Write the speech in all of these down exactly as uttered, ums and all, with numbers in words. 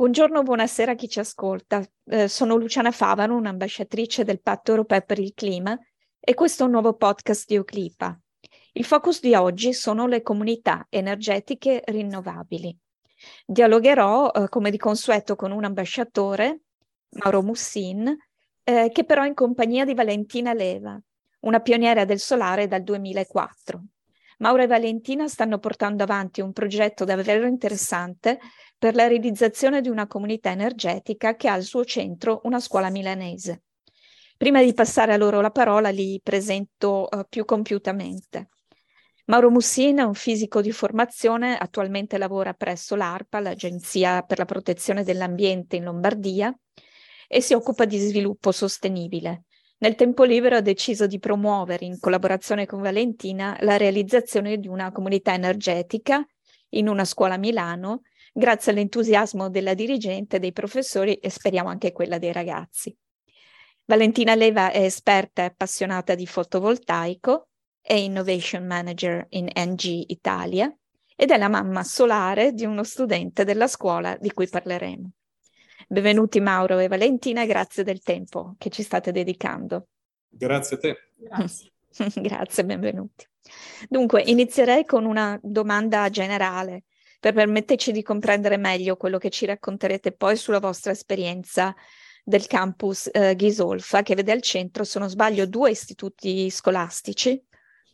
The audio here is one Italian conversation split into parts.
Buongiorno, buonasera a chi ci ascolta. Eh, sono Luciana Favaro, un'ambasciatrice del Patto Europeo per il Clima, e questo è un nuovo podcast di Euclipa. Il focus di oggi sono le comunità energetiche rinnovabili. Dialogherò, eh, come di consueto, con un ambasciatore, Mauro Mussin, eh, che però è in compagnia di Valentina Leva, una pioniera del solare dal duemilaquattro. Mauro e Valentina stanno portando avanti un progetto davvero interessante per la realizzazione di una comunità energetica che ha al suo centro una scuola milanese. Prima di passare a loro la parola, li presento uh, più compiutamente. Mauro Mussin è un fisico di formazione, attualmente lavora presso l'ARPA, l'Agenzia per la Protezione dell'Ambiente in Lombardia, e si occupa di sviluppo sostenibile. Nel tempo libero ha deciso di promuovere, in collaborazione con Valentina, la realizzazione di una comunità energetica in una scuola a Milano, grazie all'entusiasmo della dirigente, dei professori e speriamo anche quella dei ragazzi. Valentina Leva è esperta e appassionata di fotovoltaico, è Innovation Manager in N G Italia ed è la mamma solare di uno studente della scuola di cui parleremo. Benvenuti Mauro e Valentina e grazie del tempo che ci state dedicando. Grazie a te. Grazie. Grazie, benvenuti. Dunque, inizierei con una domanda generale per permetterci di comprendere meglio quello che ci racconterete poi sulla vostra esperienza del campus eh, Ghisolfa, che vede al centro, se non sbaglio, due istituti scolastici.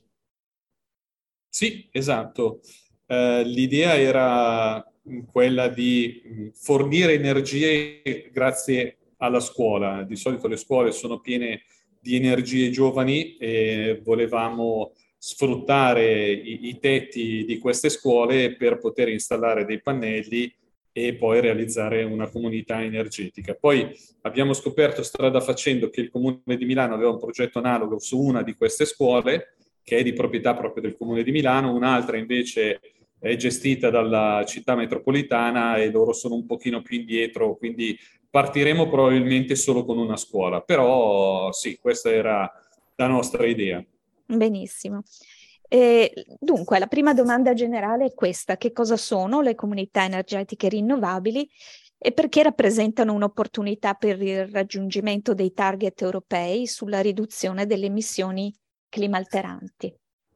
Sì, esatto. Uh, l'idea era quella di fornire energie grazie alla scuola. Di solito le scuole sono piene di energie giovani e volevamo sfruttare i, i tetti di queste scuole per poter installare dei pannelli e poi realizzare una comunità energetica. Poi abbiamo scoperto strada facendo che il Comune di Milano aveva un progetto analogo su una di queste scuole, che è di proprietà proprio del Comune di Milano, un'altra invece è gestita dalla città metropolitana e loro sono un pochino più indietro, quindi partiremo probabilmente solo con una scuola, però sì, questa era la nostra idea. Benissimo. E, dunque, la prima domanda generale è questa: che cosa sono le comunità energetiche rinnovabili e perché rappresentano un'opportunità per il raggiungimento dei target europei sulla riduzione delle emissioni climalteranti?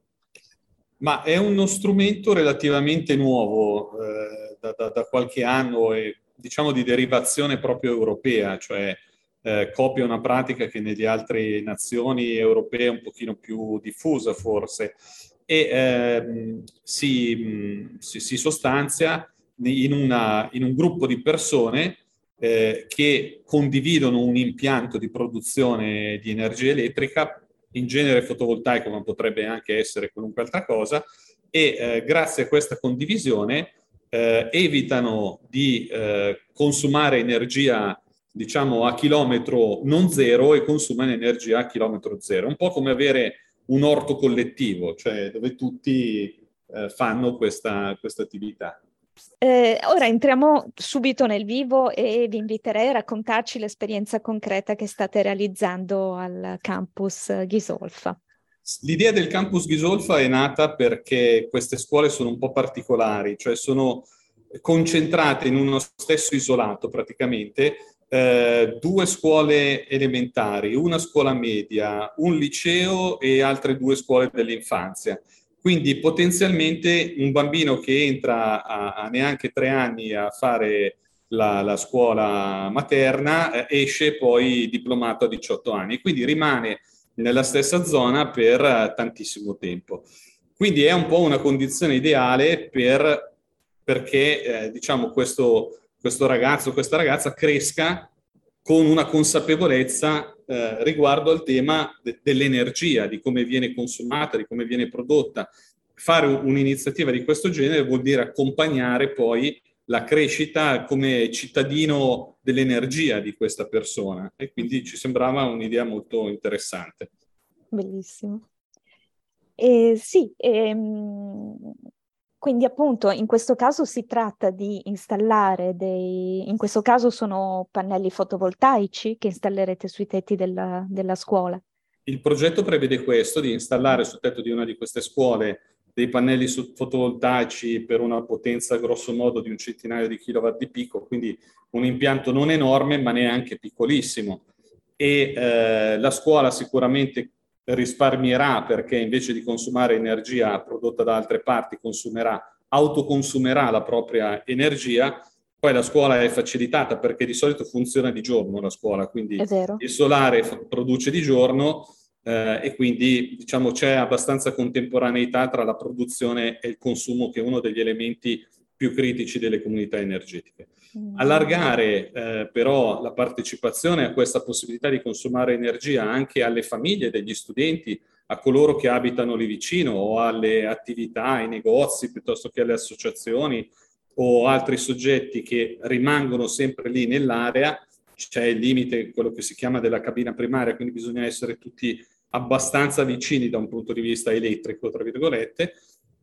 Ma è uno strumento relativamente nuovo, eh, da, da, da qualche anno e diciamo di derivazione proprio europea, cioè eh, copia una pratica che nelle altre nazioni europee è un pochino più diffusa forse e ehm, si, mh, si, si sostanzia in, una, in un gruppo di persone eh, che condividono un impianto di produzione di energia elettrica, in genere fotovoltaico, ma potrebbe anche essere qualunque altra cosa, e eh, grazie a questa condivisione eh, evitano di eh, consumare energia, diciamo, a chilometro non zero e consumano energia a chilometro zero. Un po' come avere un orto collettivo, cioè dove tutti eh, fanno questa, questa attività. Eh, ora entriamo subito nel vivo e vi inviterei a raccontarci l'esperienza concreta che state realizzando al campus Ghisolfa. L'idea del campus Ghisolfa è nata perché queste scuole sono un po' particolari, cioè sono concentrate in uno stesso isolato praticamente, eh, due scuole elementari, una scuola media, un liceo e altre due scuole dell'infanzia. Quindi potenzialmente un bambino che entra a, a neanche tre anni a fare la, la scuola materna eh, esce poi diplomato a diciotto anni, quindi rimane nella stessa zona per tantissimo tempo. Quindi è un po' una condizione ideale per, perché eh, diciamo questo, questo ragazzo, questa ragazza cresca con una consapevolezza eh, riguardo al tema de- dell'energia, di come viene consumata, di come viene prodotta. Fare un'iniziativa di questo genere vuol dire accompagnare poi la crescita come cittadino dell'energia di questa persona e quindi ci sembrava un'idea molto interessante. Bellissimo. Eh, sì, ehm, quindi appunto in questo caso si tratta di installare dei, in questo caso sono pannelli fotovoltaici che installerete sui tetti della, della scuola. Il progetto prevede questo, di installare sul tetto di una di queste scuole dei pannelli fotovoltaici per una potenza grosso modo di un centinaio di kilowatt di picco, quindi un impianto non enorme ma neanche piccolissimo. E eh, la scuola sicuramente risparmierà, perché invece di consumare energia prodotta da altre parti consumerà, autoconsumerà la propria energia. Poi la scuola è facilitata perché di solito funziona di giorno la scuola, quindi È vero. il solare produce di giorno eh, e quindi diciamo c'è abbastanza contemporaneità tra la produzione e il consumo, che è uno degli elementi più critici delle comunità energetiche. Allargare eh, però la partecipazione a questa possibilità di consumare energia anche alle famiglie degli studenti, a coloro che abitano lì vicino, o alle attività, ai negozi, piuttosto che alle associazioni o altri soggetti che rimangono sempre lì nell'area. C'è il limite, quello che si chiama della cabina primaria, quindi bisogna essere tutti abbastanza vicini da un punto di vista elettrico, tra virgolette.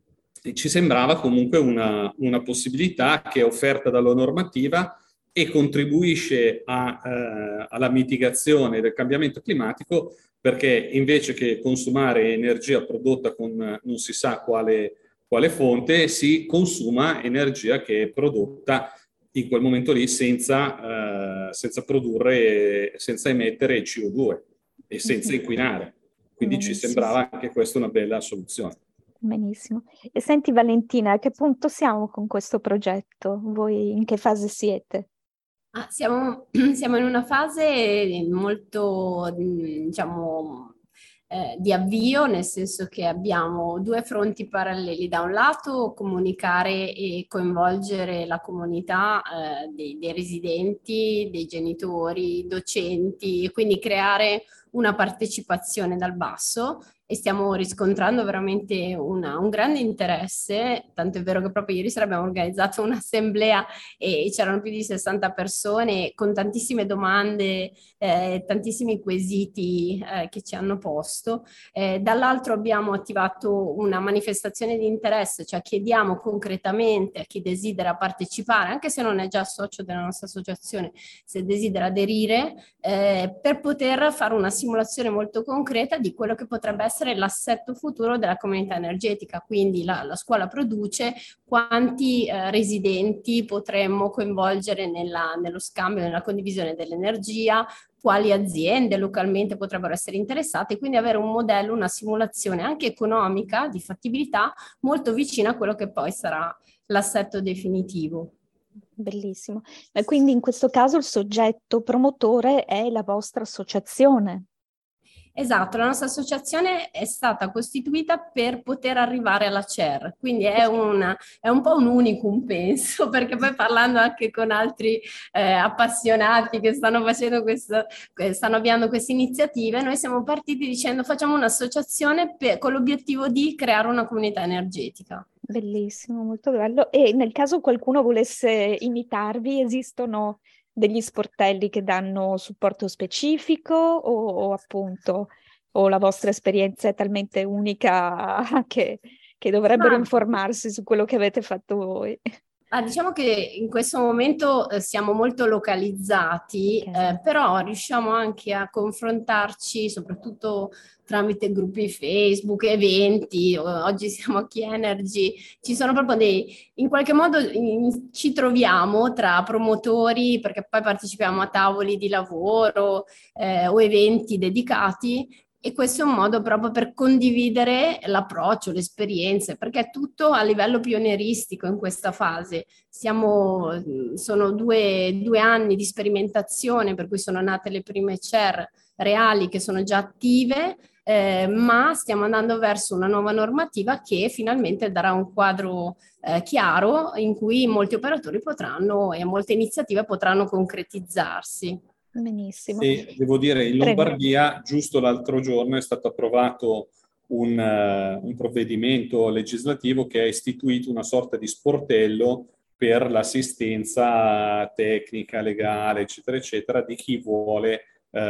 E ci sembrava comunque una, una possibilità che è offerta dalla normativa e contribuisce a, eh, alla mitigazione del cambiamento climatico, perché invece che consumare energia prodotta con non si sa quale, quale fonte, si consuma energia che è prodotta in quel momento lì senza, eh, senza produrre, senza emettere C O due e senza inquinare. Quindi ci sembrava anche questa una bella soluzione. Benissimo. E senti Valentina, a che punto siamo con questo progetto? Voi in che fase siete? Ah, siamo, siamo in una fase molto, diciamo, eh, di avvio, nel senso che abbiamo due fronti paralleli. Da un lato comunicare e coinvolgere la comunità eh, dei, dei residenti, dei genitori, docenti, e quindi creare una partecipazione dal basso, e stiamo riscontrando veramente una, un grande interesse, tanto è vero che proprio ieri sera abbiamo organizzato un'assemblea e c'erano più di sessanta persone con tantissime domande, eh, tantissimi quesiti eh, che ci hanno posto. Eh, dall'altro abbiamo attivato una manifestazione di interesse, cioè chiediamo concretamente a chi desidera partecipare, anche se non è già socio della nostra associazione, se desidera aderire, eh, per poter fare una simulazione molto concreta di quello che potrebbe essere l'assetto futuro della comunità energetica. Quindi la, la scuola produce, quanti eh, residenti potremmo coinvolgere nella, nello scambio, nella condivisione dell'energia, quali aziende localmente potrebbero essere interessate, quindi avere un modello, una simulazione anche economica di fattibilità molto vicina a quello che poi sarà l'assetto definitivo. Bellissimo. E quindi in questo caso il soggetto promotore è la vostra associazione. Esatto, la nostra associazione è stata costituita per poter arrivare alla C E R, quindi è, una, è un po' un unicum, penso, perché poi parlando anche con altri eh, appassionati che stanno facendo questo, stanno avviando queste iniziative, noi siamo partiti dicendo facciamo un'associazione per, con l'obiettivo di creare una comunità energetica. Bellissimo, molto bello. E nel caso qualcuno volesse imitarvi, esistono degli sportelli che danno supporto specifico o, o appunto o la vostra esperienza è talmente unica che, che dovrebbero ah. informarsi su quello che avete fatto voi? Ah, diciamo che in questo momento eh, siamo molto localizzati, okay. eh, però riusciamo anche a confrontarci soprattutto tramite gruppi Facebook, eventi. Oggi siamo a Key Energy, ci sono proprio dei, in qualche modo in, ci troviamo tra promotori, perché poi partecipiamo a tavoli di lavoro eh, o eventi dedicati. E questo è un modo proprio per condividere l'approccio, le esperienze, perché è tutto a livello pionieristico in questa fase. Siamo, sono due, due anni di sperimentazione, per cui sono nate le prime C E R reali che sono già attive, eh, ma stiamo andando verso una nuova normativa che finalmente darà un quadro eh, chiaro in cui molti operatori potranno e molte iniziative potranno concretizzarsi. Benissimo. E devo dire, in Lombardia, giusto l'altro giorno, è stato approvato un, uh, un provvedimento legislativo che ha istituito una sorta di sportello per l'assistenza tecnica, legale, eccetera, eccetera, di chi vuole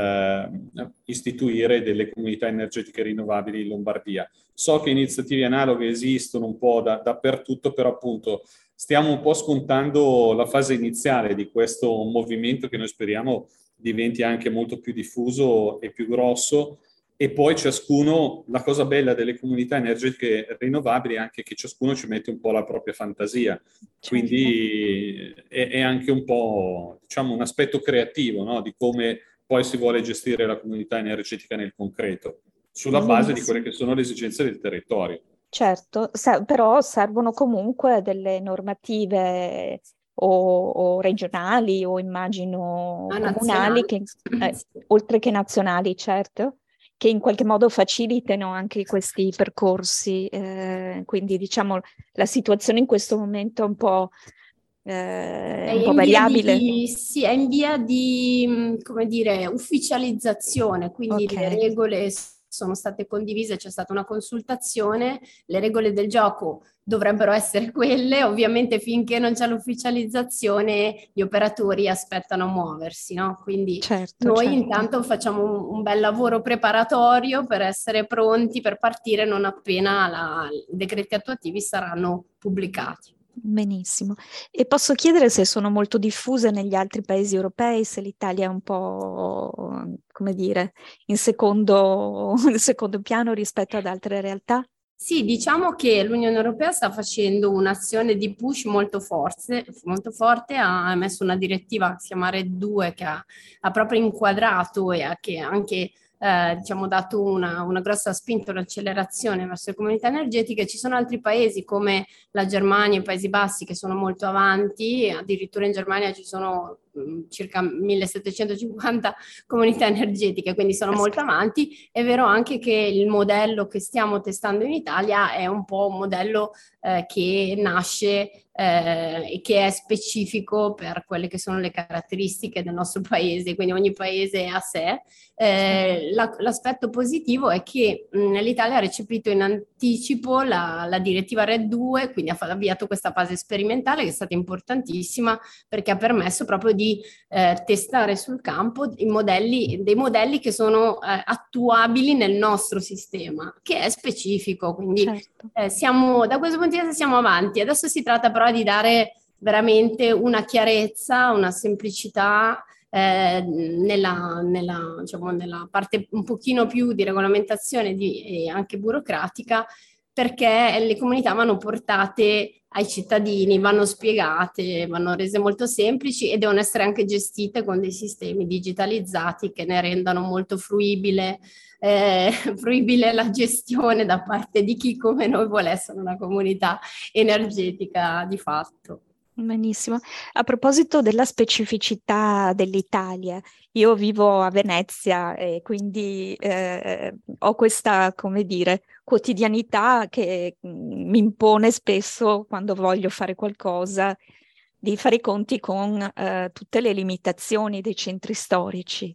uh, istituire delle comunità energetiche rinnovabili in Lombardia. So che iniziative analoghe esistono un po' da, dappertutto, però appunto stiamo un po' scontando la fase iniziale di questo movimento che noi speriamo diventi anche molto più diffuso e più grosso, e poi ciascuno, la cosa bella delle comunità energetiche rinnovabili è anche che ciascuno ci mette un po' la propria fantasia, Certo. quindi è, è anche un po', diciamo, un aspetto creativo, no? Di come poi si vuole gestire la comunità energetica nel concreto, sulla base di quelle Benissimo. che sono le esigenze del territorio. Certo, se- però servono comunque delle normative o, o regionali o immagino a comunali, nazionale. che, eh, Sì. oltre che nazionali, certo, che in qualche modo facilitino anche questi percorsi. Eh, quindi diciamo la situazione in questo momento è un po', È eh, un po' in via variabile. di, sì, è in via di, mh, come dire, ufficializzazione, quindi Ok, le regole s- sono state condivise, c'è stata una consultazione, le regole del gioco dovrebbero essere quelle, ovviamente finché non c'è l'ufficializzazione gli operatori aspettano a muoversi, no? Quindi certo, noi certo. intanto facciamo un, un bel lavoro preparatorio per essere pronti per partire non appena la- i decreti attuativi saranno pubblicati. Benissimo. E posso chiedere se sono molto diffuse negli altri paesi europei, se l'Italia è un po', come dire, in secondo, in secondo piano rispetto ad altre realtà? Sì, diciamo che l'Unione Europea sta facendo un'azione di push molto forte, molto forte, ha emesso una direttiva che si chiama RED due che ha, ha proprio inquadrato e ha che anche eh, diciamo, dato una, una grossa spinta, un'accelerazione verso le comunità energetiche. Ci sono altri paesi come la Germania e i Paesi Bassi che sono molto avanti, addirittura in Germania ci sono mh, circa millesettecentocinquanta comunità energetiche, quindi sono molto Aspetta. avanti. È vero anche che il modello che stiamo testando in Italia è un po' un modello eh, che nasce eh, e che è specifico per quelle che sono le caratteristiche del nostro paese, quindi ogni paese è a sé. Eh, la, l'aspetto positivo è che mh, l'Italia ha recepito in anticipo la, la direttiva RED due, quindi ha avviato questa fase sperimentale che è stata importantissima perché ha permesso proprio di eh, testare sul campo i modelli, dei modelli che sono eh, attuabili nel nostro sistema, che è specifico, quindi Certo. eh, siamo, da questo punto di vista siamo avanti. Adesso si tratta però di dare veramente una chiarezza, una semplicità eh, nella, nella, diciamo, nella parte un pochino più di regolamentazione di, e anche burocratica, perché le comunità vanno portate ai cittadini, vanno spiegate, vanno rese molto semplici e devono essere anche gestite con dei sistemi digitalizzati che ne rendano molto fruibile, eh, fruibile la gestione da parte di chi come noi vuole essere una comunità energetica di fatto. Benissimo. A proposito della specificità dell'Italia, io vivo a Venezia e quindi eh, ho questa, come dire, quotidianità che mm, mi impone spesso, quando voglio fare qualcosa, di fare i conti con eh, tutte le limitazioni dei centri storici.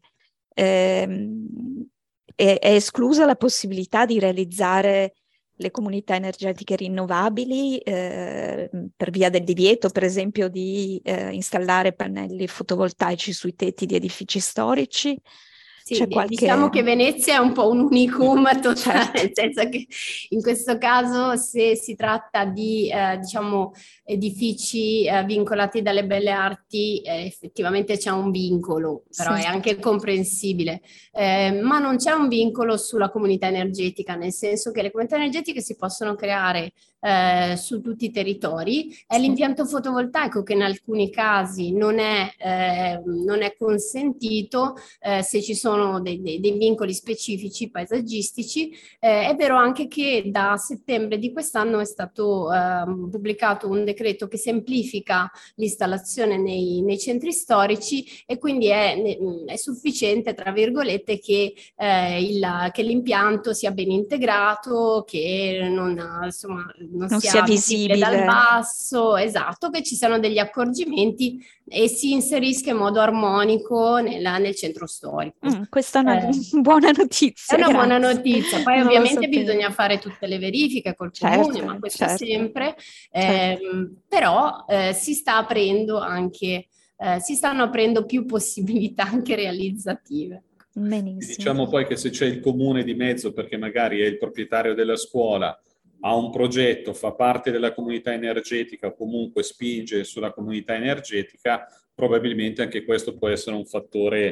Ehm, è, è esclusa la possibilità di realizzare le comunità energetiche rinnovabili eh, per via del divieto, per esempio, di eh, installare pannelli fotovoltaici sui tetti di edifici storici. Sì, C'è diciamo qualche... che Venezia è un po' un unicum totale, Certo, nel senso che in questo caso se si tratta di eh, diciamo, edifici eh, vincolati dalle belle arti, eh, effettivamente c'è un vincolo, però sì, è anche comprensibile, eh, ma non c'è un vincolo sulla comunità energetica, nel senso che le comunità energetiche si possono creare eh, su tutti i territori. È sì. l'impianto fotovoltaico che in alcuni casi non è, eh, non è consentito eh, se ci sono dei, dei, dei vincoli specifici paesaggistici. Eh, è vero anche che da settembre di quest'anno è stato eh, pubblicato un decreto che semplifica l'installazione nei, nei centri storici e quindi è, è sufficiente, tra virgolette, che, eh, il, che l'impianto sia ben integrato, che non, insomma, non Non sia sia visibile dal visibile. basso, esatto, che ci siano degli accorgimenti e si inserisca in modo armonico nella, nel centro storico. Mm, questa è una Eh, buona è notizia, una buona grazie. notizia. Poi Non lo ovviamente sapevo. bisogna fare tutte le verifiche col comune, ma Certo, questo certo, sempre. certo. Ehm, però eh, si sta aprendo anche, eh, si stanno aprendo più possibilità anche realizzative. Benissimo. Diciamo poi che se c'è il comune di mezzo, perché magari è il proprietario della scuola, ha un progetto, fa parte della comunità energetica o comunque spinge sulla comunità energetica, probabilmente anche questo può essere un fattore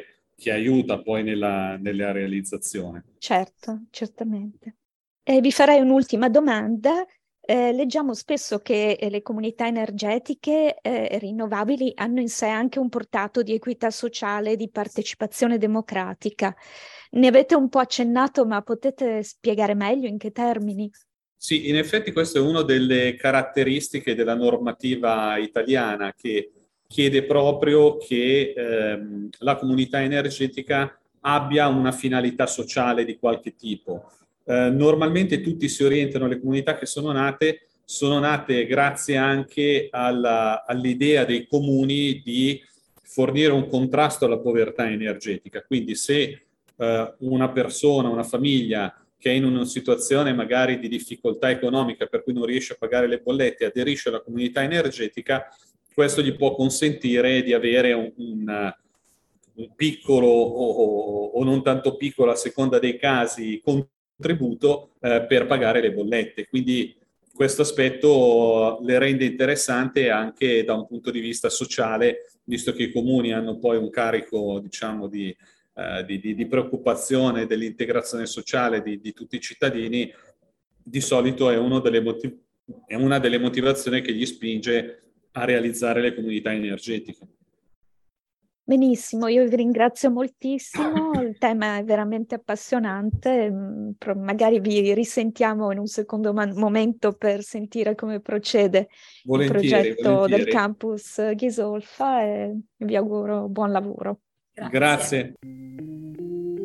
che aiuta poi nella, nella realizzazione. Certo, certamente. E vi farei un'ultima domanda. Eh, leggiamo spesso che eh, le comunità energetiche eh, rinnovabili hanno in sé anche un portato di equità sociale, di partecipazione democratica. Ne avete un po' accennato, ma potete spiegare meglio in che termini? Sì, in effetti questa è una delle caratteristiche della normativa italiana, che chiede proprio che ehm, la comunità energetica abbia una finalità sociale di qualche tipo. Eh, normalmente tutti si orientano, le comunità che sono nate, sono nate grazie anche alla, all'idea dei comuni di fornire un contrasto alla povertà energetica. Quindi se eh, una persona, una famiglia che è in una situazione magari di difficoltà economica per cui non riesce a pagare le bollette, aderisce alla comunità energetica, questo gli può consentire di avere un, un, un piccolo o, o, o non tanto piccolo, a seconda dei casi, contributo eh, per pagare le bollette. Quindi questo aspetto le rende interessante anche da un punto di vista sociale, visto che i comuni hanno poi un carico, diciamo, di Uh, di, di, di preoccupazione dell'integrazione sociale di, di tutti i cittadini, di solito è, uno delle motiv- è una delle motivazioni che gli spinge a realizzare le comunità energetiche. Benissimo, io vi ringrazio moltissimo, il tema è veramente appassionante, magari vi risentiamo in un secondo man- momento per sentire come procede Volentieri, il progetto volentieri. del campus Ghisolfa e vi auguro buon lavoro. Grazie. Grazie.